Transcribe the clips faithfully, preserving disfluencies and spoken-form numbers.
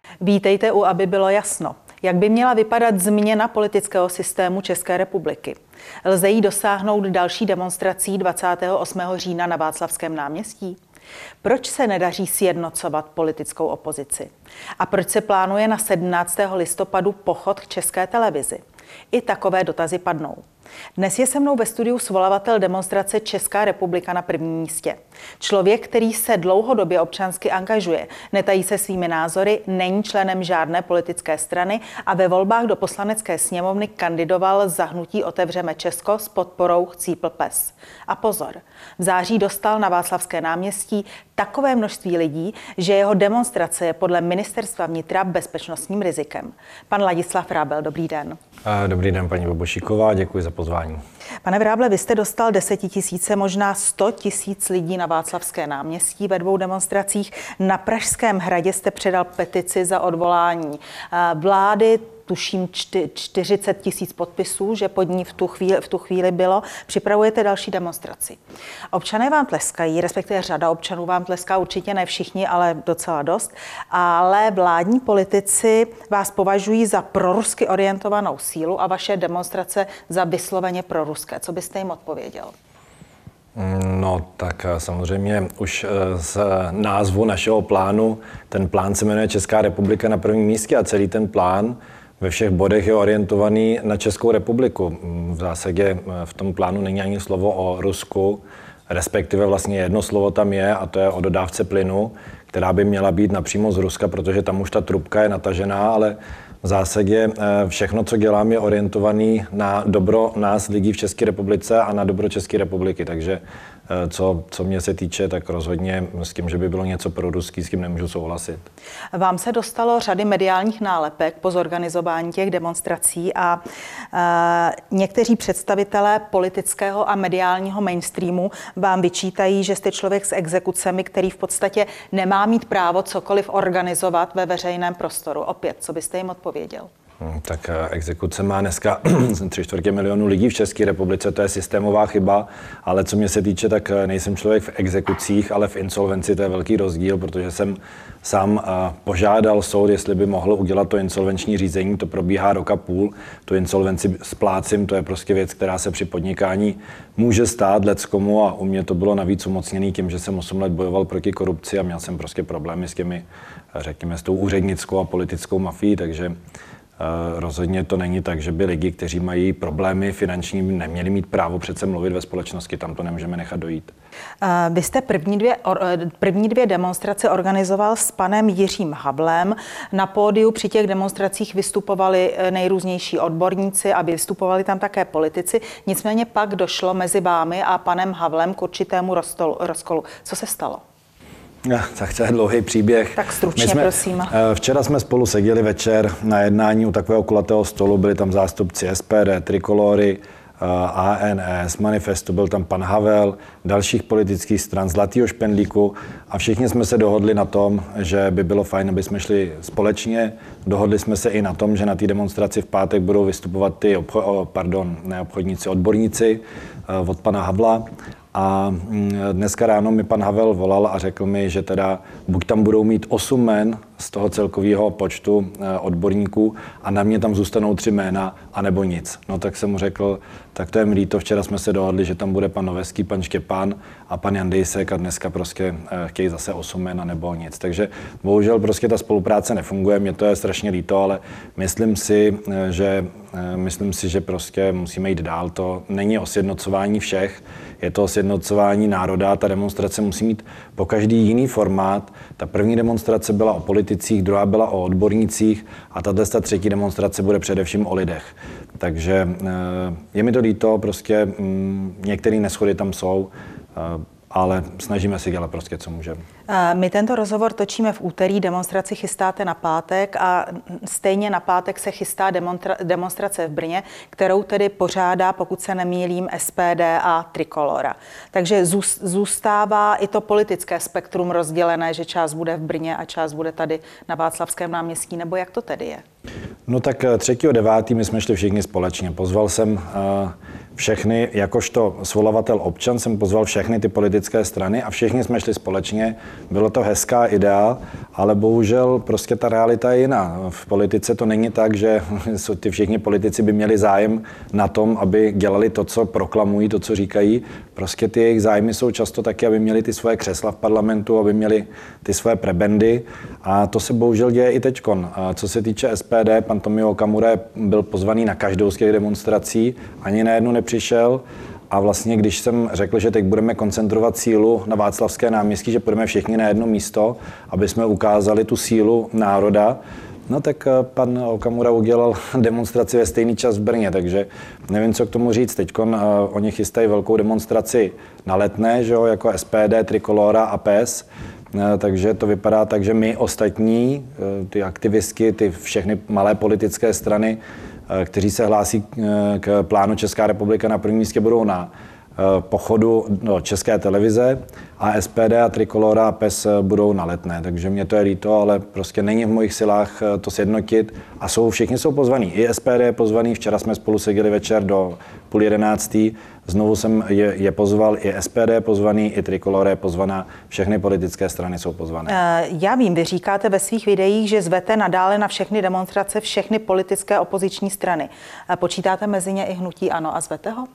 Vítejte u Aby bylo jasno. Jak by měla vypadat změna politického systému České republiky? Lze jí dosáhnout další demonstrací dvacátého osmého října na Václavském náměstí? Proč se nedaří sjednocovat politickou opozici? A proč se plánuje na sedmnáctého listopadu pochod k České televizi? I takové dotazy padnou. Dnes je se mnou ve studiu svolavatel demonstrace Česká republika na prvním místě. Člověk, který se dlouhodobě občansky angažuje, netají se svými názory, není členem žádné politické strany a ve volbách do poslanecké sněmovny kandidoval za hnutí Otevřeme Česko s podporou Chcípl pes. A pozor, v září dostal na Václavské náměstí takové množství lidí, že jeho demonstrace je podle ministerstva vnitra bezpečnostním rizikem. Pan Ladislav Vrábel, dobrý den. Dobrý den, paní Bobošíková, děkuji za pozvání. Pane Vráble, vy jste dostal desetitisíce, možná sto tisíc lidí na Václavské náměstí ve dvou demonstracích. Na Pražském hradě jste předal petici za odvolání vlády, tuším čtyřicet tisíc podpisů, že pod ní v tu, chvíli, v tu chvíli bylo. Připravujete další demonstraci. Občané vám tleskají, respektive řada občanů vám tleská, určitě ne všichni, ale docela dost. Ale vládní politici vás považují za prorusky orientovanou sílu a vaše demonstrace za vysloveně proruské. Co byste jim odpověděl? No tak samozřejmě už z názvu našeho plánu, ten plán se jmenuje Česká republika na prvním místě a celý ten plán ve všech bodech je orientovaný na Českou republiku. V zásadě v tom plánu není ani slovo o Rusku, respektive vlastně jedno slovo tam je a to je o dodávce plynu, která by měla být napřímo z Ruska, protože tam už ta trubka je natažená, ale v zásadě všechno, co dělám, je orientovaný na dobro nás lidí v České republice a na dobro České republiky. Takže co, co mě se týče, tak rozhodně s tím, že by bylo něco pro ruský, s tím nemůžu souhlasit. Vám se dostalo řady mediálních nálepek po zorganizování těch demonstrací a e, někteří představitelé politického a mediálního mainstreamu vám vyčítají, že jste člověk s exekucemi, který v podstatě nemá mít právo cokoliv organizovat ve veřejném prostoru. Opět, co byste jim odpověděl? Tak exekuce má dneska tři čtvrtě milionu lidí v České republice, to je systémová chyba, ale co mě se týče, tak nejsem člověk v exekucích, ale v insolvenci, to je velký rozdíl, protože jsem sám požádal soud, jestli by mohl udělat to insolvenční řízení, to probíhá rok a půl, tu insolvenci splácím, to je prostě věc, která se při podnikání může stát leckomu a u mě to bylo navíc umocněný tím, že jsem osm let bojoval proti korupci a měl jsem prostě problémy s těmi, řekněme, s tou úřednickou a politickou mafií, takže rozhodně to není tak, že by lidi, kteří mají problémy finanční, neměli mít právo přece mluvit ve společnosti, tam to nemůžeme nechat dojít. Vy jste první dvě, první dvě demonstrace organizoval s panem Jiřím Havlem. Na pódiu při těch demonstracích vystupovali nejrůznější odborníci a vystupovali tam také politici. Nicméně pak došlo mezi vámi a panem Havlem k určitému rozkolu. Co se stalo? Ja, tak to je dlouhý příběh. Tak stručně, jsme, prosím. Včera jsme spolu seděli večer na jednání u takového kulatého stolu, byli tam zástupci S P D, Trikolory, A N S, Manifestu, byl tam pan Havel, dalších politických stran, Zlatýho Špendlíku a všichni jsme se dohodli na tom, že by bylo fajn, aby jsme šli společně. Dohodli jsme se i na tom, že na té demonstraci v pátek budou vystupovat ty obcho- pardon, ne obchodníci, odborníci od pana Havla. A dneska ráno mi pan Havel volal a řekl mi, že teda buď tam budou mít osm jmen z toho celkového počtu odborníků a na mě tam zůstanou tři jména, anebo nic. No tak jsem mu řekl, tak to je mi líto, včera jsme se dohodli, že tam bude pan Noveský, pan Štěpán a pan Jandejsek a dneska prostě chtějí zase osm jmen, nebo nic. Takže bohužel prostě ta spolupráce nefunguje, mě to je strašně líto, ale myslím si, že, myslím si, že prostě musíme jít dál. To není o sjednocování všech, je to o sjednocování národa, ta demonstrace musí mít po každý jiný formát. Ta první demonstrace byla o politicích, druhá byla o odbornících a tato třetí demonstrace bude především o lidech. Takže je mi to líto, prostě některé neshody tam jsou, ale snažíme se dělat prostě, co můžeme. My tento rozhovor točíme v úterý, demonstraci chystáte na pátek a stejně na pátek se chystá demonstra- demonstrace v Brně, kterou tedy pořádá, pokud se nemýlím, S P D a Trikolora. Takže zůstává i to politické spektrum rozdělené, že část bude v Brně a část bude tady na Václavském náměstí, nebo jak to tedy je? No tak třetího devátého my jsme šli všichni společně. Pozval jsem všechny, jakožto svolavatel občan, jsem pozval všechny ty politické strany a všichni jsme šli společně. Bylo to hezká idea, ale bohužel prostě ta realita je jiná. V politice to není tak, že ty všichni politici by měli zájem na tom, aby dělali to, co proklamují, to, co říkají. Prostě ty jejich zájmy jsou často taky, aby měli ty svoje křesla v parlamentu, aby měli ty svoje prebendy a to se bohužel děje i teďkon. A co se týče S P D, pan Tomio Okamura byl pozvaný na každou z těch demonstrací, ani na jednu nepřišel. A vlastně, když jsem řekl, že teď budeme koncentrovat sílu na Václavské náměstí, že půjdeme všichni na jedno místo, aby jsme ukázali tu sílu národa, no tak pan Okamura udělal demonstraci ve stejný čas v Brně, takže nevím, co k tomu říct. Teďkon oni chystají velkou demonstraci na Letné, že jo, jako S P D, Trikolora a P E S. Takže to vypadá tak, že my ostatní, ty aktivistky, ty všechny malé politické strany, kteří se hlásí k plánu Česká republika na prvním místě, budou na pochodu do České televize a S P D a Trikolora a P E S budou na Letné. Takže mě to je líto, ale prostě není v mojich silách to sjednotit a jsou, všichni jsou pozvaní. I S P D je pozvaný, včera jsme spolu seděli večer do půl jedenáctý, znovu jsem je, je pozval, i S P D je pozvaný, i Trikolora je pozvaná, všechny politické strany jsou pozvané. Já vím, vy říkáte ve svých videích, že zvete nadále na všechny demonstrace všechny politické opoziční strany. Počítáte mezi ně i hnutí ANO a zvete ho?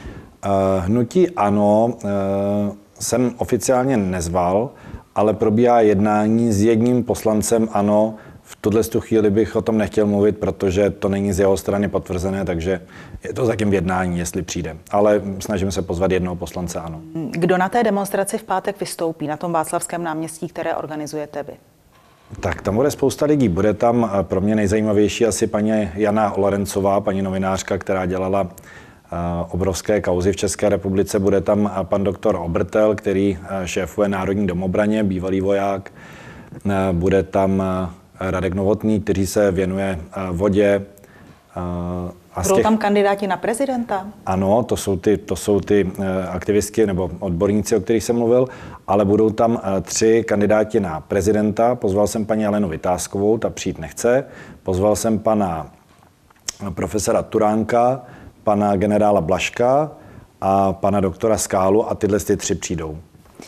Hnutí ANO jsem oficiálně nezval, ale probíhá jednání s jedním poslancem ANO. V tuhle chvíli bych o tom nechtěl mluvit, protože to není z jeho strany potvrzené, takže je to zatím v jednání, jestli přijde. Ale snažím se pozvat jednoho poslance ANO. Kdo na té demonstraci v pátek vystoupí, na tom Václavském náměstí, které organizujete vy? Tak tam bude spousta lidí. Bude tam pro mě nejzajímavější asi paní Jana Lorencová, paní novinářka, která dělala obrovské kauzy v České republice. Bude tam pan doktor Obertel, který šéfuje Národní domobraně, bývalý voják. Bude tam Radek Novotný, který se věnuje vodě. A Budou těch... tam kandidáti na prezidenta? Ano, to jsou ty, to jsou ty aktivistky nebo odborníci, o kterých jsem mluvil, ale budou tam tři kandidáti na prezidenta. Pozval jsem paní Alenu Vytázkovou, ta přijít nechce. Pozval jsem pana profesora Turánka, pana generála Blaška a pana doktora Skálu a tyhle ty tři přijdou.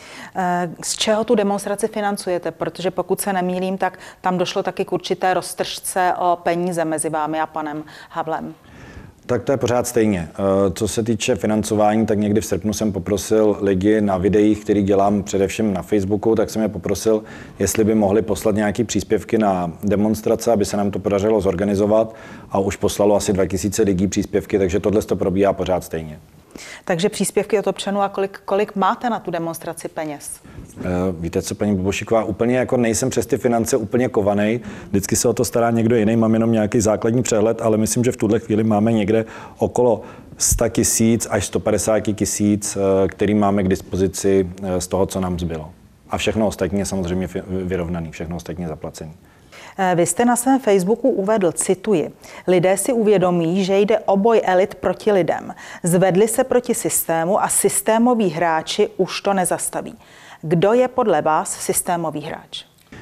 Z čeho tu demonstraci financujete? Protože pokud se nemýlím, tak tam došlo taky k určité roztržce o peníze mezi vámi a panem Havlem. Tak to je pořád stejně. Co se týče financování, tak někdy v srpnu jsem poprosil lidi na videích, který dělám především na Facebooku, tak jsem je poprosil, jestli by mohli poslat nějaké příspěvky na demonstrace, aby se nám to podařilo zorganizovat a už poslalo asi dva tisíce lidí příspěvky, takže tohle to probíhá pořád stejně. Takže příspěvky od občanů a kolik, kolik máte na tu demonstraci peněz? Víte co, paní Bobošíková, úplně jako nejsem přes ty finance úplně kovanej. Vždycky se o to stará někdo jiný, mám jenom nějaký základní přehled, ale myslím, že v tuhle chvíli máme někde okolo sto tisíc až sto padesát tisíc, který máme k dispozici z toho, co nám zbylo. A všechno ostatní je samozřejmě vyrovnaný, všechno ostatní je zaplacený. Vy jste na svém Facebooku uvedl, cituji, lidé si uvědomí, že jde o boj elit proti lidem. Zvedli se proti systému a systémoví hráči už to nezastaví. Kdo je podle vás systémový hráč?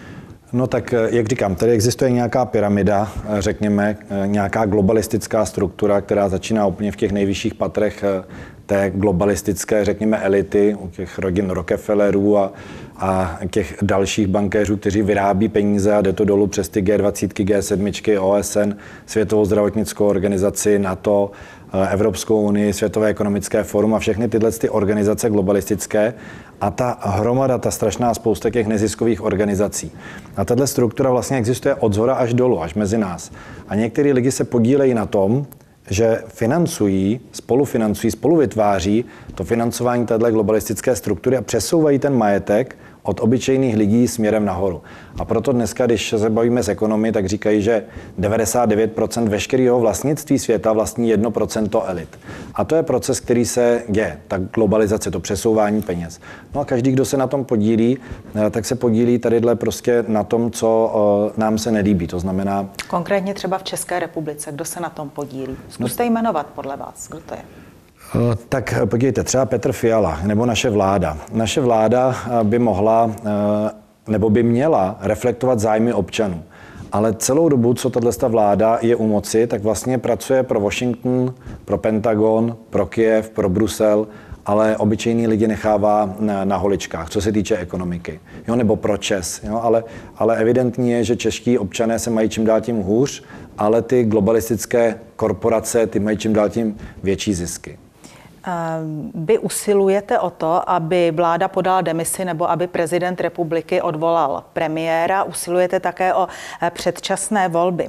No tak, jak říkám, tady existuje nějaká pyramida, řekněme, nějaká globalistická struktura, která začíná úplně v těch nejvyšších patrech té globalistické, řekněme, elity, u těch rodin Rockefellerů a, a těch dalších bankéřů, kteří vyrábí peníze a jde to dolů přes ty G dvacet, G sedm, O S N, Světovou zdravotnickou organizaci, NATO, Evropskou unii, Světové ekonomické fórum a všechny tyhle ty organizace globalistické a ta hromada, ta strašná spousta těch neziskových organizací. A tahle struktura vlastně existuje od zhora až dolů, až mezi nás. A některý lidi se podílejí na tom, že financují, spolufinancují, spoluvytváří to financování téhle globalistické struktury a přesouvají ten majetek od obyčejných lidí směrem nahoru. A proto dneska, když se bavíme s ekonomy, tak říkají, že devadesát devět procent veškerého vlastnictví světa vlastní jedno procento elit. A to je proces, který se děje, ta globalizace, to přesouvání peněz. No a každý, kdo se na tom podílí, tak se podílí tadyhle prostě na tom, co nám se nelíbí. To znamená... Konkrétně třeba v České republice, kdo se na tom podílí? Zkuste no, jmenovat podle vás, kdo to je. Tak podívejte, třeba Petr Fiala nebo naše vláda. Naše vláda by mohla nebo by měla reflektovat zájmy občanů. ale celou dobu, co tato vláda je u moci, tak vlastně pracuje pro Washington, pro Pentagon, pro Kyjev, pro Brusel, ale obyčejný lidi nechává na, na holičkách, co se týče ekonomiky, jo, nebo pro ČES. Jo, ale, ale evidentní je, že čeští občané se mají čím dál tím hůř, ale ty globalistické korporace, ty mají čím dál tím větší zisky. Vy usilujete o to, aby vláda podala demisi nebo aby prezident republiky odvolal premiéra. Usilujete také o předčasné volby.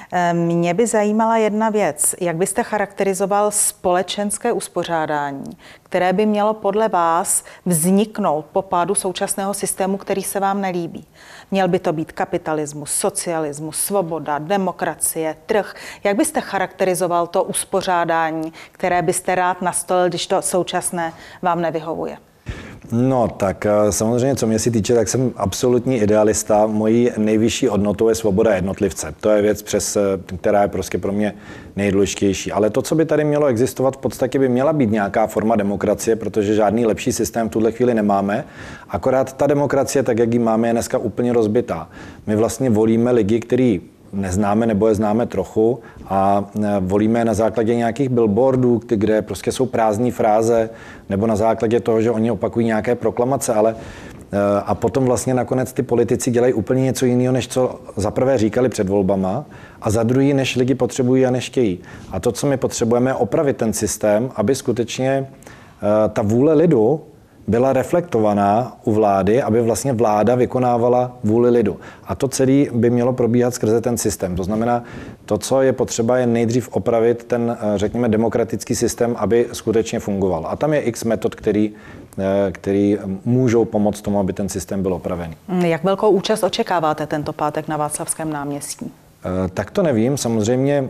Mě by zajímala jedna věc. Jak byste charakterizoval společenské uspořádání, které by mělo podle vás vzniknout po pádu současného systému, který se vám nelíbí? Měl by to být kapitalismus, socialismus, svoboda, demokracie, trh. Jak byste charakterizoval to uspořádání, které byste rád nastolil, když to současné vám nevyhovuje? No, tak samozřejmě, co mě si týče, tak jsem absolutní idealista. Mojí nejvyšší hodnotou je svoboda jednotlivce. To je věc, přes, která je prostě pro mě nejdůležitější. Ale to, co by tady mělo existovat, v podstatě by měla být nějaká forma demokracie, protože žádný lepší systém v tuhle chvíli nemáme. Akorát ta demokracie, tak jak ji máme, je dneska úplně rozbitá. My vlastně volíme lidi, kteří neznáme nebo je známe trochu a volíme na základě nějakých billboardů, kde prostě jsou prázdné fráze nebo na základě toho, že oni opakují nějaké proklamace, ale a potom vlastně nakonec ty politici dělají úplně něco jiného, než co za prvé říkali před volbama a za druhý, než lidi potřebují a než chtějí. A to, co my potřebujeme, je opravit ten systém, aby skutečně ta vůle lidu byla reflektovaná u vlády, aby vlastně vláda vykonávala vůli lidu. A to celé by mělo probíhat skrze ten systém. To znamená, to, co je potřeba, je nejdřív opravit ten, řekněme, demokratický systém, aby skutečně fungoval. A tam je x metod, který, který můžou pomoct tomu, aby ten systém byl opravený. Jak velkou účast očekáváte tento pátek na Václavském náměstí? Tak to nevím. Samozřejmě,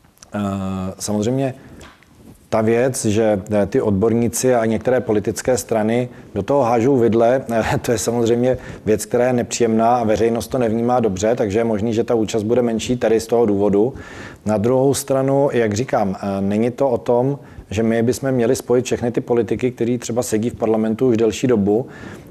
samozřejmě ta věc, že ty odborníci a některé politické strany do toho hážou vidle, to je samozřejmě věc, která je nepříjemná a veřejnost to nevnímá dobře, takže je možný, že ta účast bude menší tady z toho důvodu. Na druhou stranu, jak říkám, není to o tom, že my bychom měli spojit všechny ty politiky, kteří třeba sedí v parlamentu už delší dobu.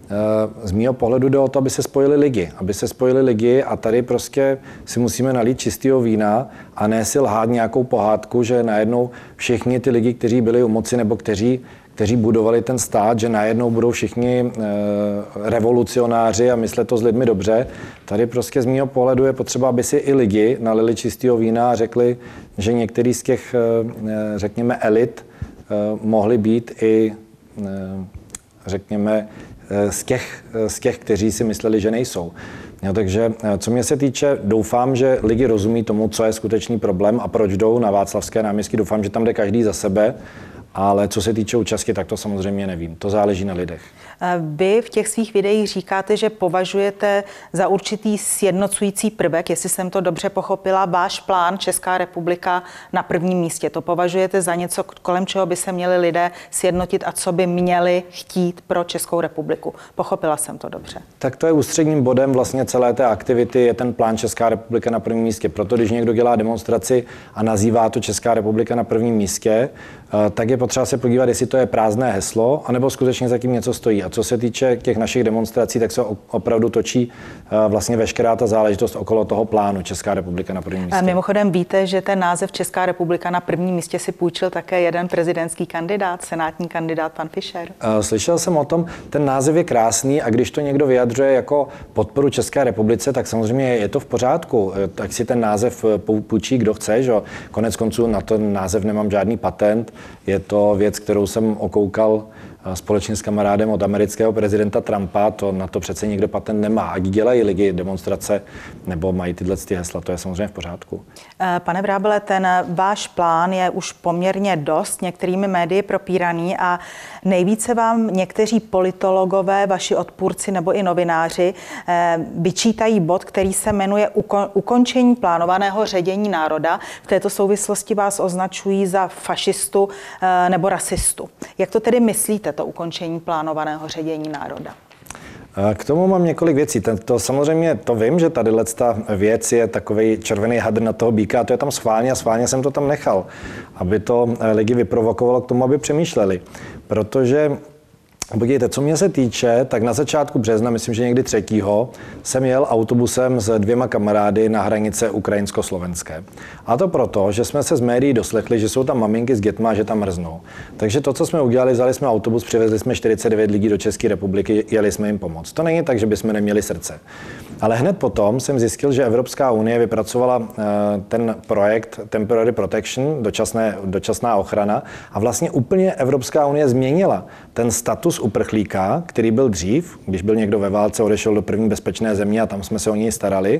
Z mýho pohledu jde o to, aby se spojili lidi. Aby se spojili lidi a tady prostě si musíme nalít čistého vína a ne si lhát nějakou pohádku, že najednou všichni ty lidi, kteří byli u moci nebo kteří, kteří budovali ten stát, že najednou budou všichni revolucionáři a myslet to s lidmi dobře. Tady prostě z mýho pohledu je potřeba, aby si i lidi nalili čistého vína a řekli, že některý z těch, řekněme, elit mohli být i, řekněme, z těch, z těch, kteří si mysleli, že nejsou. Jo, takže co mě se týče, doufám, že lidi rozumí tomu, co je skutečný problém a proč jdou na Václavské náměstí. Doufám, že tam jde každý za sebe, ale co se týče účasti, tak to samozřejmě nevím. To záleží na lidech. Vy v těch svých videích říkáte, že považujete za určitý sjednocující prvek, jestli jsem to dobře pochopila, váš plán Česká republika na prvním místě. To považujete za něco, kolem čeho by se měli lidé sjednotit a co by měli chtít pro Českou republiku. Pochopila jsem to dobře. Tak to je ústředním bodem vlastně celé té aktivity, je ten plán Česká republika na prvním místě. Proto když někdo dělá demonstraci a nazývá to Česká republika na prvním místě, tak je potřeba se podívat, jestli to je prázdné heslo, anebo skutečně za tím něco stojí. A co se týče těch našich demonstrací, tak se opravdu točí vlastně veškerá ta záležitost okolo toho plánu Česká republika na prvním místě. A mimochodem víte, že ten název Česká republika na prvním místě si půjčil také jeden prezidentský kandidát, senátní kandidát pan Fischer. Slyšel jsem o tom, ten název je krásný a když to někdo vyjadřuje jako podporu České republice, tak samozřejmě je to v pořádku. Tak si ten název půjčí, kdo chce, že? Konec konců na ten název nemám žádný patent. Je to věc, kterou jsem okoukal společně s kamarádem od amerického prezidenta Trumpa, to na to přece nikdo patent nemá. Ať dělají lidi demonstrace nebo mají tyhle ty hesla, to je samozřejmě v pořádku. Pane Vrábele, ten váš plán je už poměrně dost některými médii propíraný a nejvíce vám někteří politologové, vaši odpůrci nebo i novináři vyčítají bod, který se jmenuje ukončení plánovaného ředění národa. V této souvislosti vás označují za fašistu nebo rasistu. Jak to tedy myslíte, to ukončení plánovaného ředění národa? K tomu mám několik věcí. To samozřejmě to vím, že tady ta věc je takový červený hadr na toho býka, a to je tam schválně a schválně jsem to tam nechal, aby to lidi vyprovokovalo k tomu, aby přemýšleli. Protože Podívejte, co mě se týče, tak na začátku března, myslím, že někdy třetího jsem jel autobusem s dvěma kamarády na hranice ukrajinsko-slovenské. A to proto, že jsme se z médií doslechli, že jsou tam maminky s dětma, že tam mrznou. Takže to, co jsme udělali, vzali jsme autobus, přivezli jsme čtyřicet devět lidí do České republiky, jeli jsme jim pomoct. To není tak, že bychom neměli srdce. Ale hned potom jsem zjistil, že Evropská unie vypracovala ten projekt Temporary Protection, dočasné, dočasná ochrana, a vlastně úplně Evropská unie změnila ten status uprchlíka, který byl dřív, když byl někdo ve válce, odešel do první bezpečné země a tam jsme se o něj starali,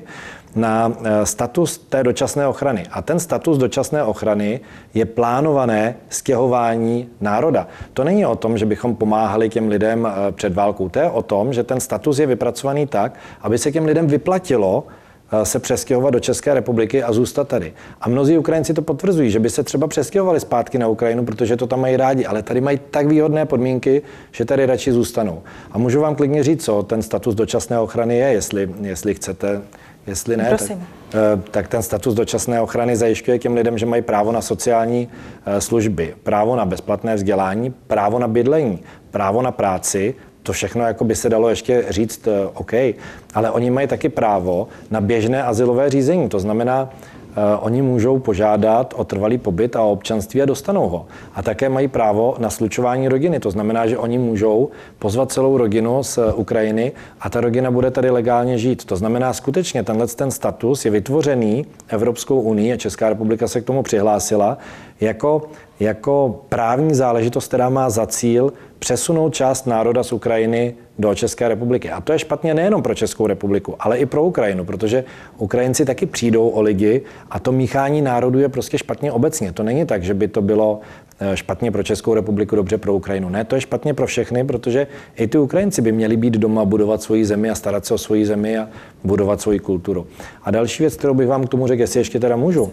na status té dočasné ochrany. A ten status dočasné ochrany je plánované stěhování národa. To není o tom, že bychom pomáhali těm lidem před válkou. To je o tom, že ten status je vypracovaný tak, aby se těm lidem vyplatilo se přestěhovat do České republiky a zůstat tady. A mnozí Ukrajinci to potvrzují, že by se třeba přestěhovali zpátky na Ukrajinu, protože to tam mají rádi, ale tady mají tak výhodné podmínky, že tady radši zůstanou. A můžu vám klidně říct, co ten status dočasné ochrany je, jestli, jestli chcete, jestli ne, tak, tak ten status dočasné ochrany zajišťuje těm lidem, že mají právo na sociální služby, právo na bezplatné vzdělání, právo na bydlení, právo na práci. To všechno jako by se dalo ještě říct OK, ale oni mají taky právo na běžné azylové řízení. To znamená, Uh, oni můžou požádat o trvalý pobyt a o občanství a dostanou ho. A také mají právo na slučování rodiny. To znamená, že oni můžou pozvat celou rodinu z Ukrajiny a ta rodina bude tady legálně žít. To znamená, skutečně tenhle ten status je vytvořený Evropskou unii a Česká republika se k tomu přihlásila jako, jako právní záležitost, která má za cíl přesunout část národa z Ukrajiny do České republiky. A to je špatně nejenom pro Českou republiku, ale i pro Ukrajinu, protože Ukrajinci taky přijdou o lidi a to míchání národů je prostě špatně obecně. To není tak, že by to bylo špatně pro Českou republiku, dobře pro Ukrajinu. Ne, to je špatně pro všechny, protože i ty Ukrajinci by měli být doma, budovat svoji zemi a starat se o svoji zemi a budovat svoji kulturu. A další věc, kterou bych vám k tomu řekl, jestli ještě teda můžu.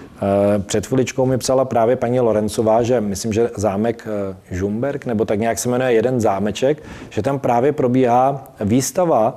Před chviličkou mi psala právě paní Lorencová, že myslím, že zámek Žumberk, nebo tak nějak se jmenuje jeden zámeček, že tam právě probíhá výstava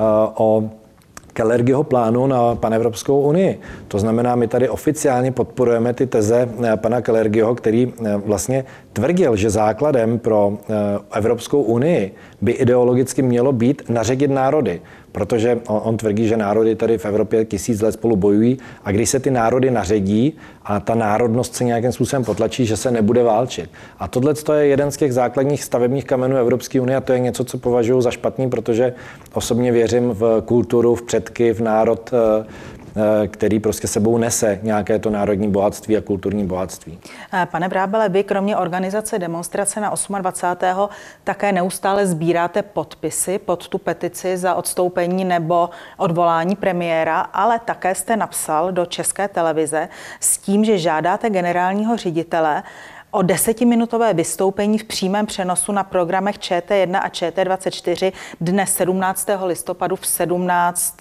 o Kalergiho plánu na panevropskou unii. To znamená, my tady oficiálně podporujeme ty teze pana Kalergiho, který vlastně tvrdil, že základem pro Evropskou unii by ideologicky mělo být naředit národy. Protože on, on tvrdí, že národy tady v Evropě tisíc let spolu bojují a když se ty národy naředí a ta národnost se nějakým způsobem potlačí, že se nebude válčit. A tohle je jeden z těch základních stavebních kamenů Evropské unie a to je něco, co považuji za špatný, protože osobně věřím v kulturu, v předky, v národ, který prostě sebou nese nějaké to národní bohatství a kulturní bohatství. Pane Vrábele, vy kromě organizace demonstrace na dvacátého osmého také neustále sbíráte podpisy pod tu petici za odstoupení nebo odvolání premiéra, ale také jste napsal do České televize s tím, že žádáte generálního ředitele o desetiminutové vystoupení v přímém přenosu na programech Č T jedna a Č T dvacet čtyři dne sedmnáctého listopadu v sedmnáct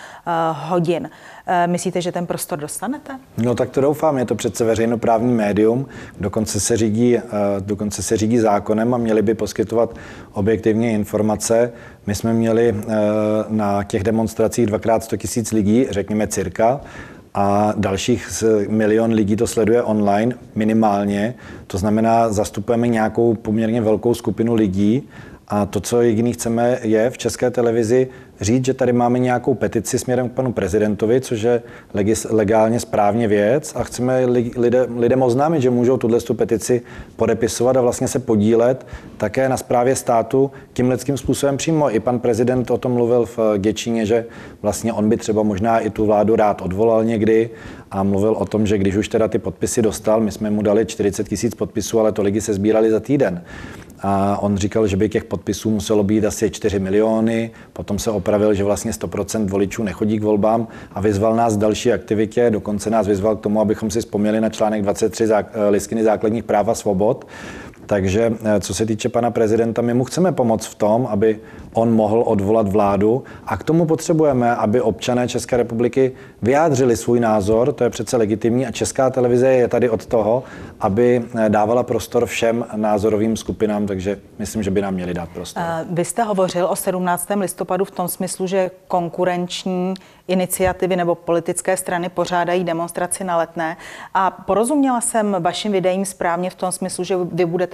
hodin. Myslíte, že ten prostor dostanete? No tak to doufám, je to přece veřejnoprávní médium, dokonce se řídí, dokonce se řídí zákonem a měli by poskytovat objektivně informace. My jsme měli na těch demonstracích dvakrát sto tisíc lidí, řekněme cirka, a dalších milion lidí to sleduje online minimálně. To znamená, zastupujeme nějakou poměrně velkou skupinu lidí a to, co jediný chceme, je v České televizi říct, že tady máme nějakou petici směrem k panu prezidentovi, což je legis, legálně správně věc a chceme lidem, lidem oznámit, že můžou tuto petici podepisovat a vlastně se podílet také na správě státu tímhleckým způsobem přímo. I pan prezident o tom mluvil v Děčíně, že vlastně on by třeba možná i tu vládu rád odvolal někdy a mluvil o tom, že když už teda ty podpisy dostal, my jsme mu dali čtyřicet tisíc podpisů, ale to lidi se sbírali za týden. A on říkal, že by těch podpisů muselo být asi čtyři miliony, potom se opravil, že vlastně sto procent voličů nechodí k volbám a vyzval nás k další aktivitě, dokonce nás vyzval k tomu, abychom si vzpomněli na článek dvacet tři listiny základních práv a svobod. Takže co se týče pana prezidenta, my mu chceme pomoct v tom, aby on mohl odvolat vládu a k tomu potřebujeme, aby občané České republiky vyjádřili svůj názor, to je přece legitimní a Česká televize je tady od toho, aby dávala prostor všem názorovým skupinám, takže myslím, že by nám měli dát prostor. Vy jste hovořil o sedmnáctého listopadu v tom smyslu, že konkurenční iniciativy nebo politické strany pořádají demonstraci na Letné a porozuměla jsem vašim videím správně v tom smyslu, že vy budete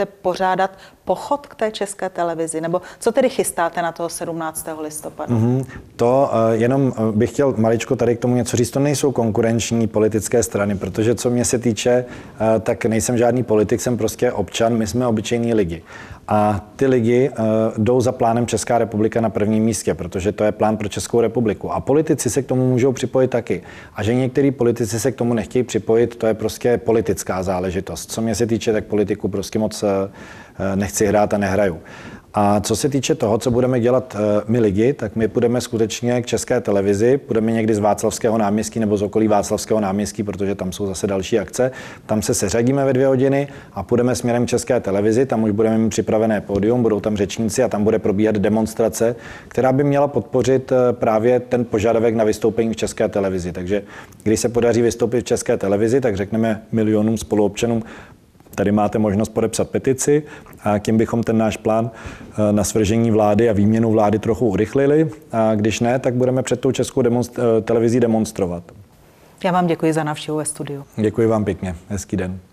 budete pořádat pochod k té České televizi? Nebo co tedy chystáte na toho sedmnáctého listopadu? Mm-hmm. To uh, jenom bych chtěl maličko tady k tomu něco říct. To nejsou konkurenční politické strany, protože co mě se týče, uh, tak nejsem žádný politik, jsem prostě občan, my jsme obyčejní lidi. A ty lidi uh, jdou za plánem Česká republika na prvním místě, protože to je plán pro Českou republiku. A politici se k tomu můžou připojit taky. A že některý politici se k tomu nechtějí připojit, to je prostě politická záležitost. Co mě se týče, tak politiku prostě moc uh, nechci hrát a nehraju. A co se týče toho, co budeme dělat my lidi, tak my půjdeme skutečně k České televizi, půjdeme někdy z Václavského náměstí nebo z okolí Václavského náměstí, protože tam jsou zase další akce. Tam se seřadíme ve dvě hodiny a půjdeme směrem k České televizi, tam už budeme mít připravené pódium, budou tam řečníci a tam bude probíhat demonstrace, která by měla podpořit právě ten požadavek na vystoupení v České televizi. Takže když se podaří vystoupit v České televizi, tak řekneme milionům spoluobčanům, tady máte možnost podepsat petici a tím bychom ten náš plán na svržení vlády a výměnu vlády trochu urychlili. A když ne, tak budeme před tou Českou demonstr- televizí demonstrovat. Já vám děkuji za návštěvu ve studiu. Děkuji vám pěkně. Hezký den.